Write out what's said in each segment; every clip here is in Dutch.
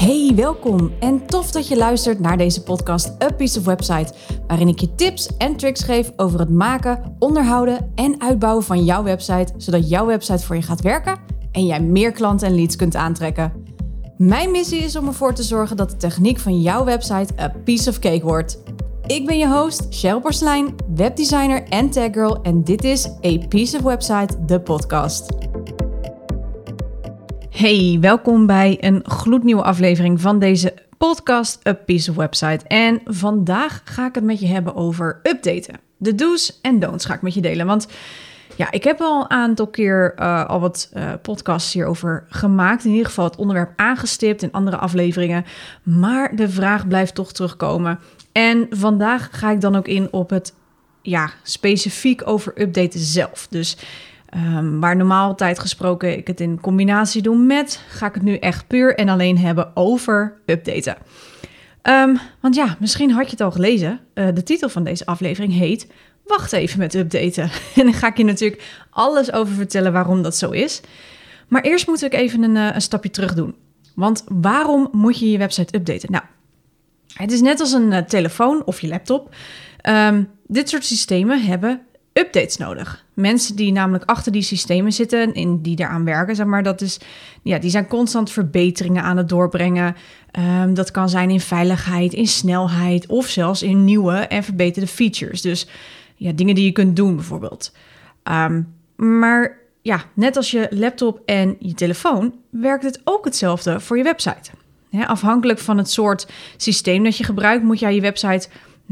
Hey, welkom en tof dat je luistert naar deze podcast A Piece of Website, waarin ik je tips en tricks geef over het maken, onderhouden en uitbouwen van jouw website, zodat jouw website voor je gaat werken en jij meer klanten en leads kunt aantrekken. Mijn missie is om ervoor te zorgen dat de techniek van jouw website a piece of cake wordt. Ik ben je host, Cheryl Porcelein, webdesigner en taggirl en dit is A Piece of Website, de podcast. Hey, welkom bij een gloednieuwe aflevering van deze podcast A Piece of Website. En vandaag ga ik het met je hebben over updaten. De do's en don'ts ga ik met je delen, want ja, ik heb al een aantal keer al wat podcasts hierover gemaakt. In ieder geval het onderwerp aangestipt in andere afleveringen. Maar de vraag blijft toch terugkomen. En vandaag ga ik dan ook in op het specifiek over updaten zelf. Dus waar normaal tijd gesproken ik het in combinatie doe met, ga ik het nu echt puur en alleen hebben over updaten. Want ja, misschien had je het al gelezen. De titel van deze aflevering heet Wacht even met updaten. En dan ga ik je natuurlijk alles over vertellen waarom dat zo is. Maar eerst moet ik even een stapje terug doen. Want waarom moet je je website updaten? Nou, het is net als een telefoon of je laptop. Dit soort systemen hebben updates nodig. Mensen die namelijk achter die systemen zitten en die daaraan werken, zeg maar, die zijn constant verbeteringen aan het doorbrengen. Dat kan zijn in veiligheid, in snelheid of zelfs in nieuwe en verbeterde features. Dus ja, dingen die je kunt doen bijvoorbeeld. Maar ja, net als je laptop en je telefoon werkt het ook hetzelfde voor je website. Afhankelijk van het soort systeem dat je gebruikt, moet jij je website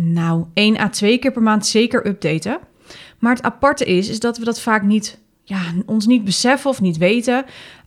1 à 2 keer per maand zeker updaten. Maar het aparte is dat we dat vaak ons niet beseffen of niet weten.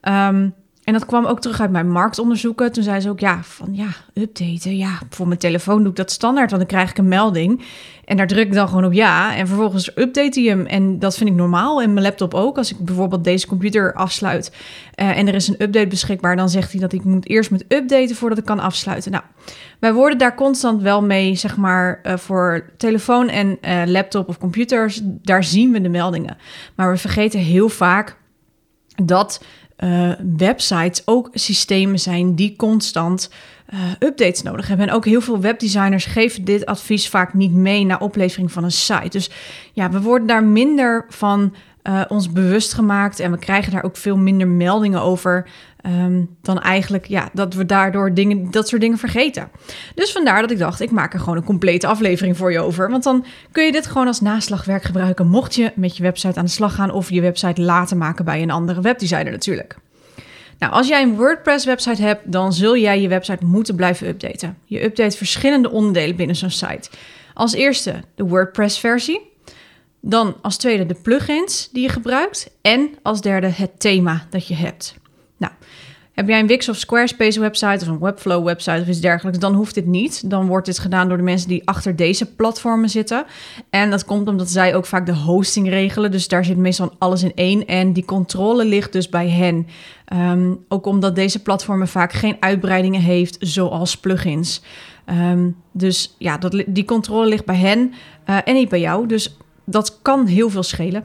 En dat kwam ook terug uit mijn marktonderzoeken. Toen zei ze ook, updaten. Ja, voor mijn telefoon doe ik dat standaard, want dan krijg ik een melding. En daar druk ik dan gewoon op ja. En vervolgens update hij hem. En dat vind ik normaal. En mijn laptop ook. Als ik bijvoorbeeld deze computer afsluit en er is een update beschikbaar, dan zegt hij dat ik eerst moet updaten voordat ik kan afsluiten. Nou, wij worden daar constant wel mee, zeg maar, voor telefoon en laptop of computers. Daar zien we de meldingen. Maar we vergeten heel vaak dat websites ook systemen zijn die constant updates nodig hebben. En ook heel veel webdesigners geven dit advies vaak niet mee na oplevering van een site. Dus ja, we worden daar minder van ons bewust gemaakt en we krijgen daar ook veel minder meldingen over dan eigenlijk dat we daardoor dat soort dingen vergeten. Dus vandaar dat ik dacht, ik maak er gewoon een complete aflevering voor je over. Want dan kun je dit gewoon als naslagwerk gebruiken, mocht je met je website aan de slag gaan of je website laten maken bij een andere webdesigner natuurlijk. Nou, als jij een WordPress-website hebt, dan zul jij je website moeten blijven updaten. Je update verschillende onderdelen binnen zo'n site. Als eerste de WordPress-versie. Dan als tweede de plugins die je gebruikt. En als derde het thema dat je hebt. Nou, heb jij een Wix of Squarespace website of een Webflow website of iets dergelijks, dan hoeft dit niet. Dan wordt dit gedaan door de mensen die achter deze platformen zitten. En dat komt omdat zij ook vaak de hosting regelen. Dus daar zit meestal alles in één. En die controle ligt dus bij hen. Ook omdat deze platformen vaak geen uitbreidingen heeft, zoals plugins. Dus ja, die controle ligt bij hen en niet bij jou. Dus dat kan heel veel schelen.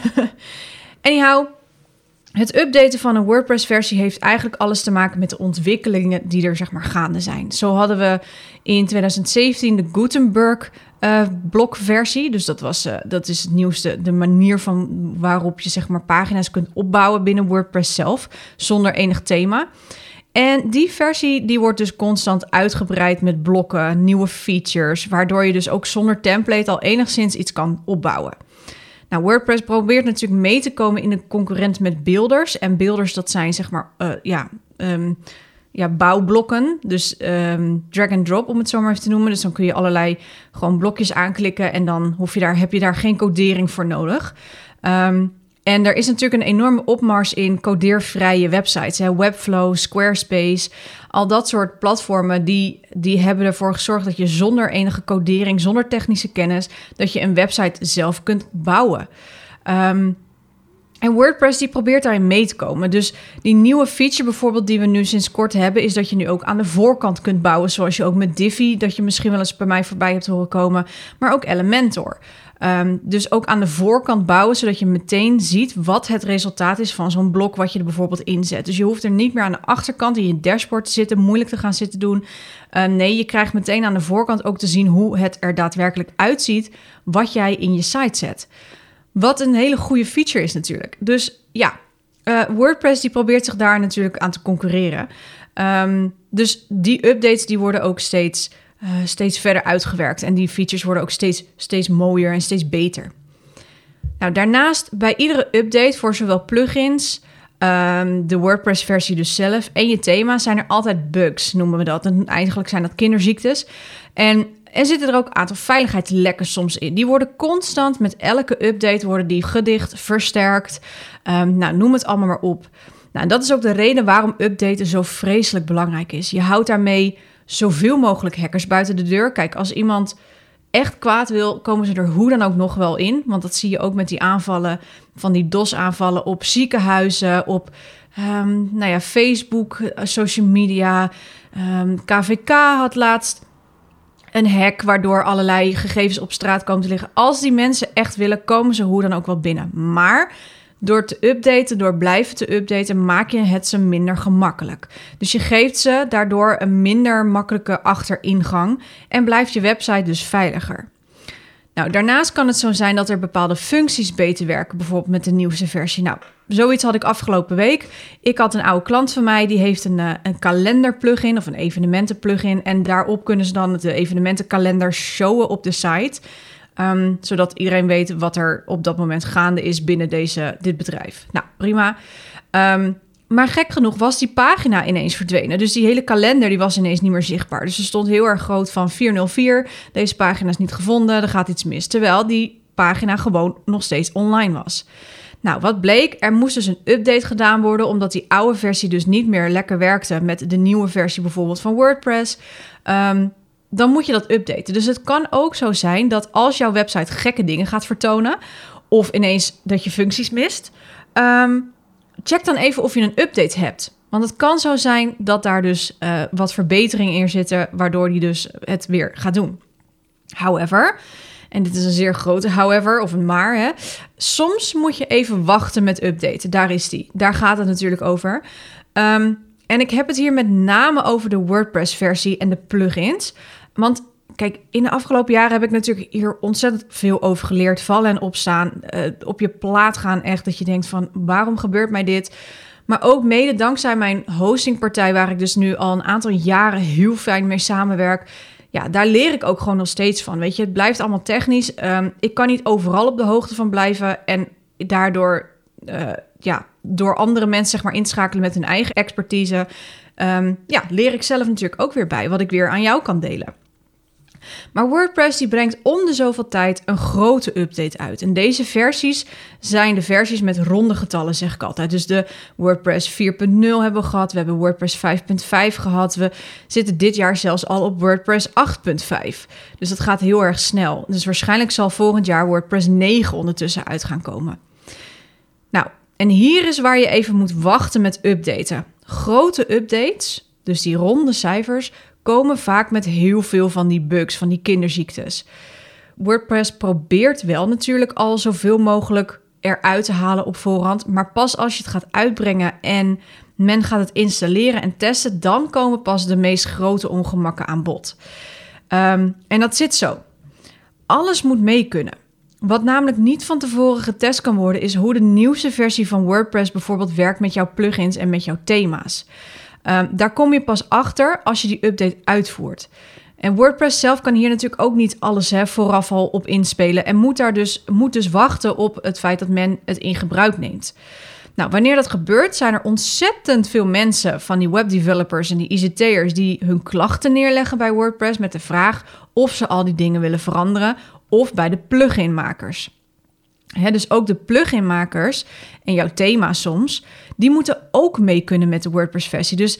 Anyhow, het updaten van een WordPress-versie heeft eigenlijk alles te maken met de ontwikkelingen die er, zeg maar, gaande zijn. Zo hadden we in 2017 de Gutenberg blokversie. Dus dat is het nieuwste, de manier van waarop je, zeg maar, pagina's kunt opbouwen binnen WordPress zelf, zonder enig thema. En die versie die wordt dus constant uitgebreid met blokken, nieuwe features, waardoor je dus ook zonder template al enigszins iets kan opbouwen. Nou, WordPress probeert natuurlijk mee te komen in de concurrent met builders. En builders, dat zijn, zeg maar, bouwblokken. Dus drag and drop, om het zo maar even te noemen. Dus dan kun je allerlei gewoon blokjes aanklikken en dan heb je daar geen codering voor nodig. En er is natuurlijk een enorme opmars in codeervrije websites. Webflow, Squarespace, al dat soort platformen, die hebben ervoor gezorgd dat je zonder enige codering, zonder technische kennis, dat je een website zelf kunt bouwen. En WordPress die probeert daarin mee te komen. Dus die nieuwe feature bijvoorbeeld die we nu sinds kort hebben, is dat je nu ook aan de voorkant kunt bouwen. Zoals je ook met Divi, dat je misschien wel eens bij mij voorbij hebt horen komen. Maar ook Elementor. Dus ook aan de voorkant bouwen, zodat je meteen ziet wat het resultaat is van zo'n blok wat je er bijvoorbeeld inzet. Dus je hoeft er niet meer aan de achterkant in je dashboard te zitten, moeilijk te gaan zitten doen. Nee, je krijgt meteen aan de voorkant ook te zien hoe het er daadwerkelijk uitziet wat jij in je site zet. Wat een hele goede feature is natuurlijk. Dus ja, WordPress die probeert zich daar natuurlijk aan te concurreren. Dus die updates die worden ook steeds verder uitgewerkt. En die features worden ook steeds mooier en steeds beter. Nou, daarnaast bij iedere update voor zowel plugins, de WordPress-versie dus zelf en je thema zijn er altijd bugs, noemen we dat. En eigenlijk zijn dat kinderziektes. En er zitten er ook een aantal veiligheidslekken soms in. Die worden constant met elke update worden die gedicht, versterkt. Noem het allemaal maar op. Nou, en dat is ook de reden waarom updaten zo vreselijk belangrijk is. Je houdt daarmee zoveel mogelijk hackers buiten de deur. Kijk, als iemand echt kwaad wil, komen ze er hoe dan ook nog wel in. Want dat zie je ook met die aanvallen, van die DOS-aanvallen op ziekenhuizen, op Facebook, social media. KVK had laatst een hack waardoor allerlei gegevens op straat komen te liggen. Als die mensen echt willen, komen ze hoe dan ook wel binnen. Maar door te updaten, door blijven te updaten, maak je het ze minder gemakkelijk. Dus je geeft ze daardoor een minder makkelijke achteringang en blijft je website dus veiliger. Nou, daarnaast kan het zo zijn dat er bepaalde functies beter werken, bijvoorbeeld met de nieuwste versie. Nou, zoiets had ik afgelopen week. Ik had een oude klant van mij, die heeft een kalender-plugin of een evenementen-plugin. En daarop kunnen ze dan de evenementenkalender showen op de site, zodat iedereen weet wat er op dat moment gaande is binnen dit bedrijf. Nou, prima. Maar gek genoeg was die pagina ineens verdwenen. Dus die hele kalender die was ineens niet meer zichtbaar. Dus er stond heel erg groot van 404. Deze pagina is niet gevonden, er gaat iets mis. Terwijl die pagina gewoon nog steeds online was. Nou, wat bleek? Er moest dus een update gedaan worden, omdat die oude versie dus niet meer lekker werkte met de nieuwe versie bijvoorbeeld van WordPress. Dan moet je dat updaten. Dus het kan ook zo zijn dat als jouw website gekke dingen gaat vertonen, of ineens dat je functies mist, check dan even of je een update hebt. Want het kan zo zijn dat daar dus wat verbeteringen in zitten, waardoor die dus het weer gaat doen. However, en dit is een zeer grote however, of een maar, hè, soms moet je even wachten met updaten. Daar is die. Daar gaat het natuurlijk over. En ik heb het hier met name over de WordPress-versie en de plugins. Want kijk, in de afgelopen jaren heb ik natuurlijk hier ontzettend veel over geleerd. Vallen en opstaan, op je plaat gaan echt. Dat je denkt van, waarom gebeurt mij dit? Maar ook mede dankzij mijn hostingpartij, waar ik dus nu al een aantal jaren heel fijn mee samenwerk. Ja, daar leer ik ook gewoon nog steeds van. Weet je, het blijft allemaal technisch. Ik kan niet overal op de hoogte van blijven. En daardoor, door andere mensen zeg maar inschakelen met hun eigen expertise, leer ik zelf natuurlijk ook weer bij, wat ik weer aan jou kan delen. Maar WordPress die brengt om de zoveel tijd een grote update uit. En deze versies zijn de versies met ronde getallen, zeg ik altijd. Dus de WordPress 4.0 hebben we gehad. We hebben WordPress 5.5 gehad. We zitten dit jaar zelfs al op WordPress 8.5. Dus dat gaat heel erg snel. Dus waarschijnlijk zal volgend jaar WordPress 9 ondertussen uit gaan komen. Nou, en hier is waar je even moet wachten met updaten. Grote updates, dus die ronde cijfers, komen vaak met heel veel van die bugs, van die kinderziektes. WordPress probeert wel natuurlijk al zoveel mogelijk eruit te halen op voorhand, maar pas als je het gaat uitbrengen en men gaat het installeren en testen, dan komen pas de meest grote ongemakken aan bod. En dat zit zo. Alles moet mee kunnen. Wat namelijk niet van tevoren getest kan worden, is hoe de nieuwste versie van WordPress bijvoorbeeld werkt met jouw plugins en met jouw thema's. Daar kom je pas achter als je die update uitvoert. En WordPress zelf kan hier natuurlijk ook niet alles vooraf al op inspelen en moet dus wachten op het feit dat men het in gebruik neemt. Nou, wanneer dat gebeurt, zijn er ontzettend veel mensen van die webdevelopers en die ICT'ers die hun klachten neerleggen bij WordPress met de vraag of ze al die dingen willen veranderen, of bij de pluginmakers. Dus ook de pluginmakers en jouw thema soms, die moeten ook mee kunnen met de WordPress-versie. Dus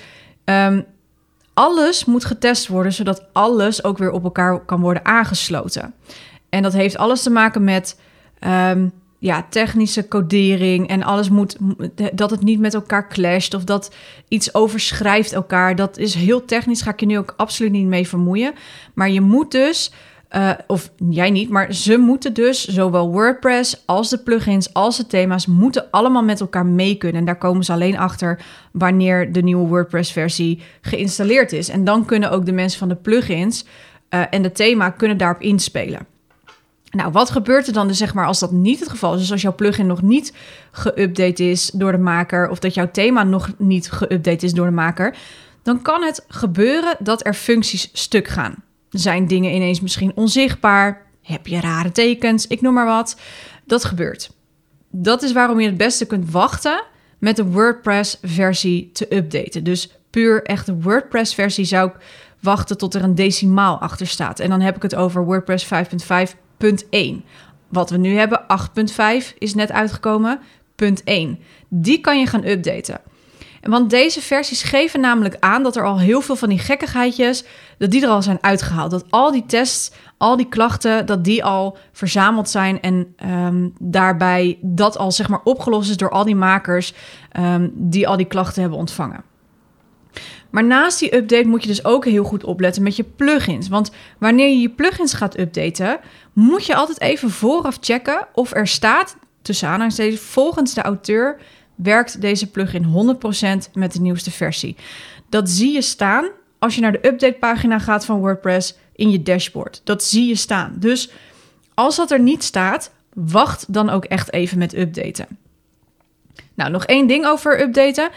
alles moet getest worden, zodat alles ook weer op elkaar kan worden aangesloten. En dat heeft alles te maken met technische codering en alles dat het niet met elkaar clasht of dat iets overschrijft elkaar. Dat is heel technisch, ga ik je nu ook absoluut niet mee vermoeien. Maar je moet dus, of jij niet, maar ze moeten dus, zowel WordPress als de plugins als de thema's, moeten allemaal met elkaar mee kunnen. En daar komen ze alleen achter wanneer de nieuwe WordPress-versie geïnstalleerd is. En dan kunnen ook de mensen van de plugins en de thema kunnen daarop inspelen. Nou, wat gebeurt er dan dus zeg maar als dat niet het geval is? Dus als jouw plugin nog niet geüpdate is door de maker of dat jouw thema nog niet geüpdate is door de maker, dan kan het gebeuren dat er functies stuk gaan. Zijn dingen ineens misschien onzichtbaar? Heb je rare tekens? Ik noem maar wat. Dat gebeurt. Dat is waarom je het beste kunt wachten met de WordPress-versie te updaten. Dus puur echt de WordPress-versie zou ik wachten tot er een decimaal achter staat. En dan heb ik het over WordPress 5.5.1. Wat we nu hebben, 8.5 is net uitgekomen, punt 1. Die kan je gaan updaten. Want deze versies geven namelijk aan dat er al heel veel van die gekkigheidjes, dat die er al zijn uitgehaald. Dat al die tests, al die klachten, dat die al verzameld zijn en daarbij dat al zeg maar opgelost is door al die makers die al die klachten hebben ontvangen. Maar naast die update moet je dus ook heel goed opletten met je plugins. Want wanneer je je plugins gaat updaten, moet je altijd even vooraf checken of er staat, tussen aanhalingstekens, volgens de auteur werkt deze plugin 100% met de nieuwste versie. Dat zie je staan als je naar de updatepagina gaat van WordPress in je dashboard. Dat zie je staan. Dus als dat er niet staat, wacht dan ook echt even met updaten. Nou, nog één ding over updaten.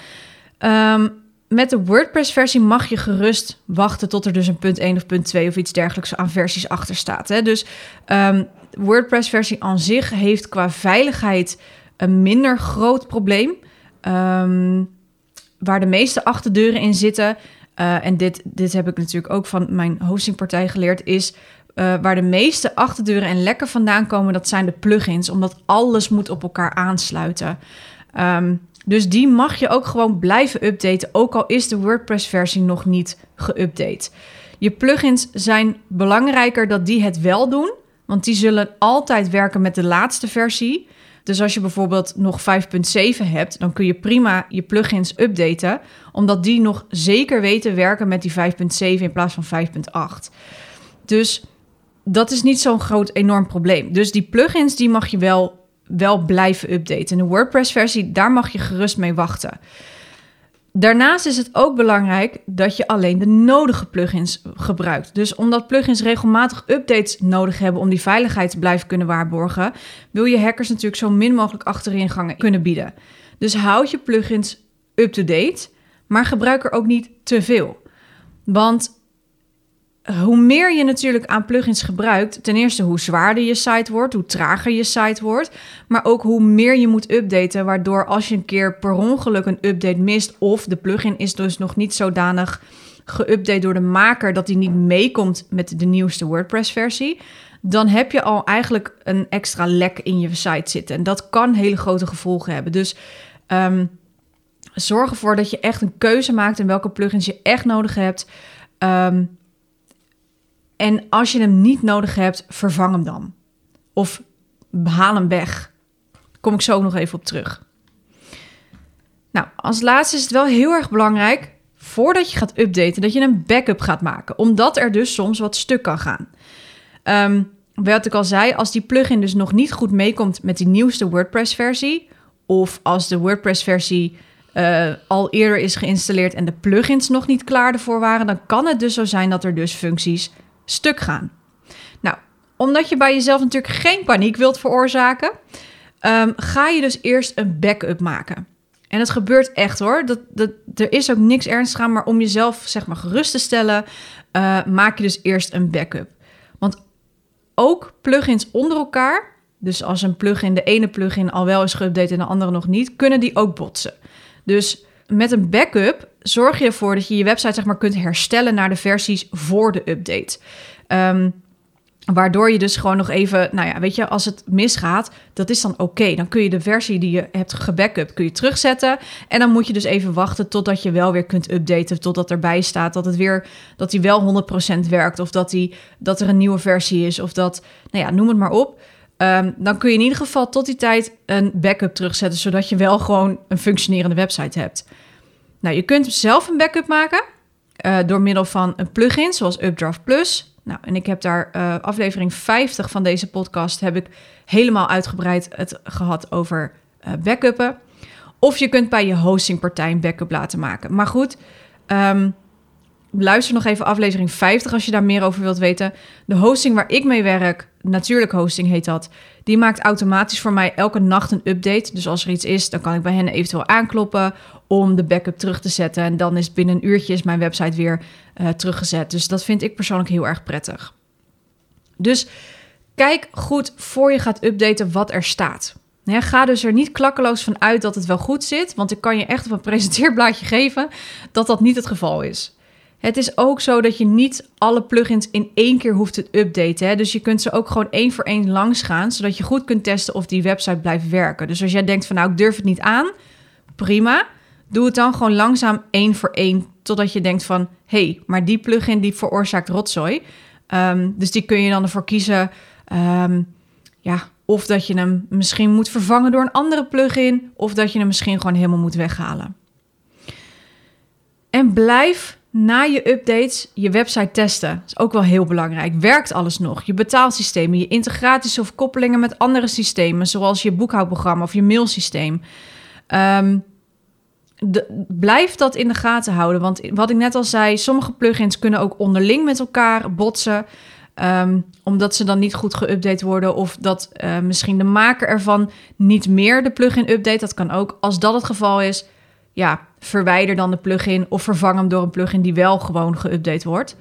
Met de WordPress-versie mag je gerust wachten tot er dus een punt 1 of punt 2 of iets dergelijks aan versies achter staat. Hè? Dus WordPress-versie aan zich heeft qua veiligheid een minder groot probleem. Waar de meeste achterdeuren in zitten, en dit heb ik natuurlijk ook van mijn hostingpartij geleerd, is waar de meeste achterdeuren en lekken vandaan komen, dat zijn de plugins, omdat alles moet op elkaar aansluiten. Dus die mag je ook gewoon blijven updaten, ook al is de WordPress-versie nog niet geüpdate. Je plugins zijn belangrijker dat die het wel doen, want die zullen altijd werken met de laatste versie. Dus als je bijvoorbeeld nog 5.7 hebt, dan kun je prima je plugins updaten, omdat die nog zeker weten werken met die 5.7 in plaats van 5.8. Dus dat is niet zo'n groot enorm probleem. Dus die plugins die mag je wel blijven updaten. En de WordPress-versie, daar mag je gerust mee wachten. Daarnaast is het ook belangrijk dat je alleen de nodige plugins gebruikt. Dus omdat plugins regelmatig updates nodig hebben om die veiligheid te blijven kunnen waarborgen, wil je hackers natuurlijk zo min mogelijk achteringangen kunnen bieden. Dus houd je plugins up-to-date, maar gebruik er ook niet te veel. Want hoe meer je natuurlijk aan plugins gebruikt, ten eerste hoe zwaarder je site wordt, hoe trager je site wordt, maar ook hoe meer je moet updaten, waardoor als je een keer per ongeluk een update mist of de plugin is dus nog niet zodanig geüpdate door de maker dat die niet meekomt met de nieuwste WordPress-versie, dan heb je al eigenlijk een extra lek in je site zitten. En dat kan hele grote gevolgen hebben. Dus zorg ervoor dat je echt een keuze maakt in welke plugins je echt nodig hebt. En als je hem niet nodig hebt, vervang hem dan. Of haal hem weg. Daar kom ik zo nog even op terug. Nou, als laatste is het wel heel erg belangrijk, voordat je gaat updaten, dat je een backup gaat maken. Omdat er dus soms wat stuk kan gaan. Wat ik al zei, als die plugin dus nog niet goed meekomt met die nieuwste WordPress-versie, of als de WordPress-versie al eerder is geïnstalleerd en de plugins nog niet klaar ervoor waren, dan kan het dus zo zijn dat er dus functies stuk gaan. Nou, omdat je bij jezelf natuurlijk geen paniek wilt veroorzaken, ga je dus eerst een backup maken. En het gebeurt echt hoor. Er is ook niks ernstigs aan, maar om jezelf zeg maar gerust te stellen, maak je dus eerst een backup. Want ook plugins onder elkaar, dus als een plugin, de ene plugin al wel is geüpdate en de andere nog niet, kunnen die ook botsen. Dus met een backup zorg je ervoor dat je je website zeg maar kunt herstellen naar de versies voor de update. Waardoor je dus gewoon nog even, nou ja, weet je, als het misgaat, dat is dan oké. Dan kun je de versie die je hebt gebackupt, kun je terugzetten. En dan moet je dus even wachten totdat je wel weer kunt updaten, totdat erbij staat dat hij wel 100% werkt. Of dat er een nieuwe versie is, of dat, nou ja, noem het maar op. dan kun je in ieder geval tot die tijd een backup terugzetten, zodat je wel gewoon een functionerende website hebt. Nou, je kunt zelf een backup maken door middel van een plugin zoals Updraft Plus. Nou, en ik heb daar aflevering 50 van deze podcast heb ik helemaal uitgebreid het gehad over backuppen. Of je kunt bij je hostingpartij een backup laten maken. Maar goed, luister nog even aflevering 50 als je daar meer over wilt weten. De hosting waar ik mee werk, Natuurlijk Hosting heet dat, die maakt automatisch voor mij elke nacht een update. Dus als er iets is, dan kan ik bij hen eventueel aankloppen om de backup terug te zetten. En dan is binnen een uurtje is mijn website weer teruggezet. Dus dat vind ik persoonlijk heel erg prettig. Dus kijk goed voor je gaat updaten wat er staat. Ja, ga dus er niet klakkeloos van uit dat het wel goed zit. Want ik kan je echt op een presenteerblaadje geven dat dat niet het geval is. Het is ook zo dat je niet alle plugins in één keer hoeft te updaten. Hè? Dus je kunt ze ook gewoon één voor één langs gaan, zodat je goed kunt testen of die website blijft werken. Dus als jij denkt van nou, ik durf het niet aan, prima. Doe het dan gewoon langzaam één voor één, totdat je denkt van hé, maar die plugin die veroorzaakt rotzooi. Dus die kun je dan ervoor kiezen. Of dat je hem misschien moet vervangen door een andere plugin, of dat je hem misschien gewoon helemaal moet weghalen. En blijf na je updates je website testen. Dat is ook wel heel belangrijk. Werkt alles nog? Je betaalsystemen, je integraties of koppelingen met andere systemen, zoals je boekhoudprogramma of je mailsysteem. Blijf dat in de gaten houden. Want wat ik net al zei, sommige plugins kunnen ook onderling met elkaar botsen. Omdat ze dan niet goed geüpdate worden. Of dat misschien de maker ervan niet meer de plugin update. Dat kan ook. Als dat het geval is, ja, verwijder dan de plugin of vervang hem door een plugin die wel gewoon geüpdate wordt.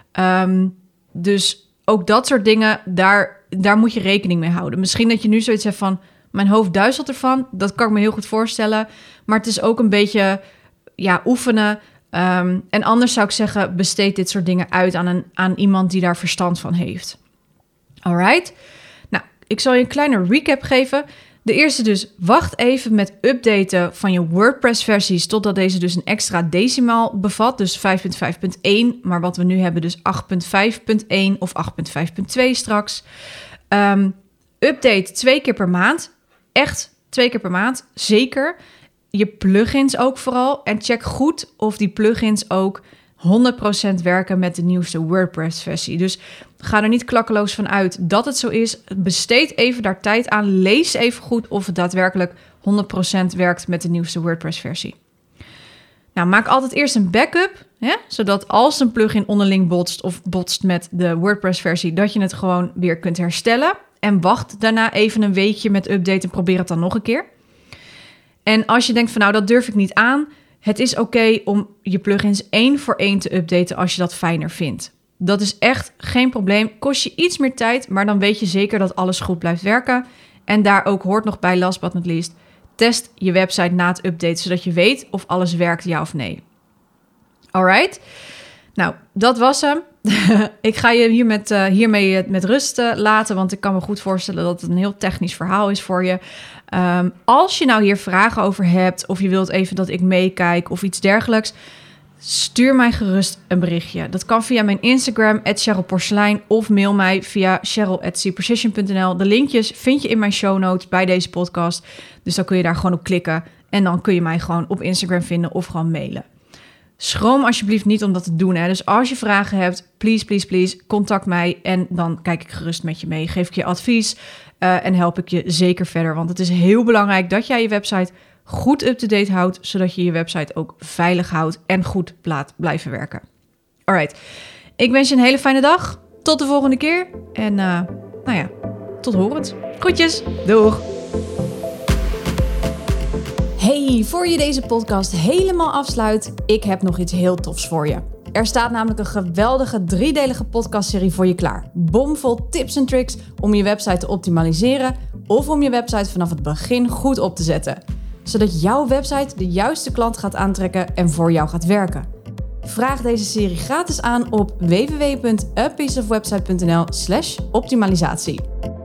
Dus ook dat soort dingen, daar moet je rekening mee houden. Misschien dat je nu zoiets hebt van, mijn hoofd duizelt ervan. Dat kan ik me heel goed voorstellen. Maar het is ook een beetje oefenen. En anders zou ik zeggen, besteed dit soort dingen uit aan iemand die daar verstand van heeft. Alright? Nou, ik zal je een kleine recap geven. De eerste dus, wacht even met updaten van je WordPress-versies totdat deze dus een extra decimaal bevat, dus 5.5.1, maar wat we nu hebben dus 8.5.1 of 8.5.2 straks. Update 2 keer per maand, echt 2 keer per maand, zeker. Je plugins ook vooral en check goed of die plugins ook 100% werken met de nieuwste WordPress-versie. Dus ga er niet klakkeloos van uit dat het zo is. Besteed even daar tijd aan. Lees even goed of het daadwerkelijk 100% werkt met de nieuwste WordPress-versie. Nou, maak altijd eerst een backup, zodat als een plugin onderling botst of botst met de WordPress-versie, dat je het gewoon weer kunt herstellen. En wacht daarna even een weekje met updaten en probeer het dan nog een keer. En als je denkt van nou, dat durf ik niet aan, het is oké om je plugins 1 voor 1 te updaten als je dat fijner vindt. Dat is echt geen probleem. Kost je iets meer tijd, maar dan weet je zeker dat alles goed blijft werken. En daar ook hoort nog bij, last but not least, test je website na het updaten, zodat je weet of alles werkt, ja of nee. Alright? Nou, dat was hem. Ik ga je hiermee met rust laten, want ik kan me goed voorstellen dat het een heel technisch verhaal is voor je. Als je nou hier vragen over hebt, of je wilt even dat ik meekijk of iets dergelijks, stuur mij gerust een berichtje. Dat kan via mijn Instagram, @CherylPorcelein, of mail mij via cheryl@cprecision.nl. De linkjes vind je in mijn show notes bij deze podcast. Dus dan kun je daar gewoon op klikken en dan kun je mij gewoon op Instagram vinden of gewoon mailen. Schroom alsjeblieft niet om dat te doen. Hè? Dus als je vragen hebt, please, contact mij. En dan kijk ik gerust met je mee. Geef ik je advies en help ik je zeker verder. Want het is heel belangrijk dat jij je website goed up-to-date houdt, zodat je je website ook veilig houdt en goed laat blijven werken. Alright, ik wens je een hele fijne dag. Tot de volgende keer. En tot horens. Groetjes. Doeg. Hey, voor je deze podcast helemaal afsluit, ik heb nog iets heel tofs voor je. Er staat namelijk een geweldige 3-delige podcastserie voor je klaar. Bomvol tips en tricks om je website te optimaliseren of om je website vanaf het begin goed op te zetten. Zodat jouw website de juiste klant gaat aantrekken en voor jou gaat werken. Vraag deze serie gratis aan op www.apieceofwebsite.nl/optimalisatie.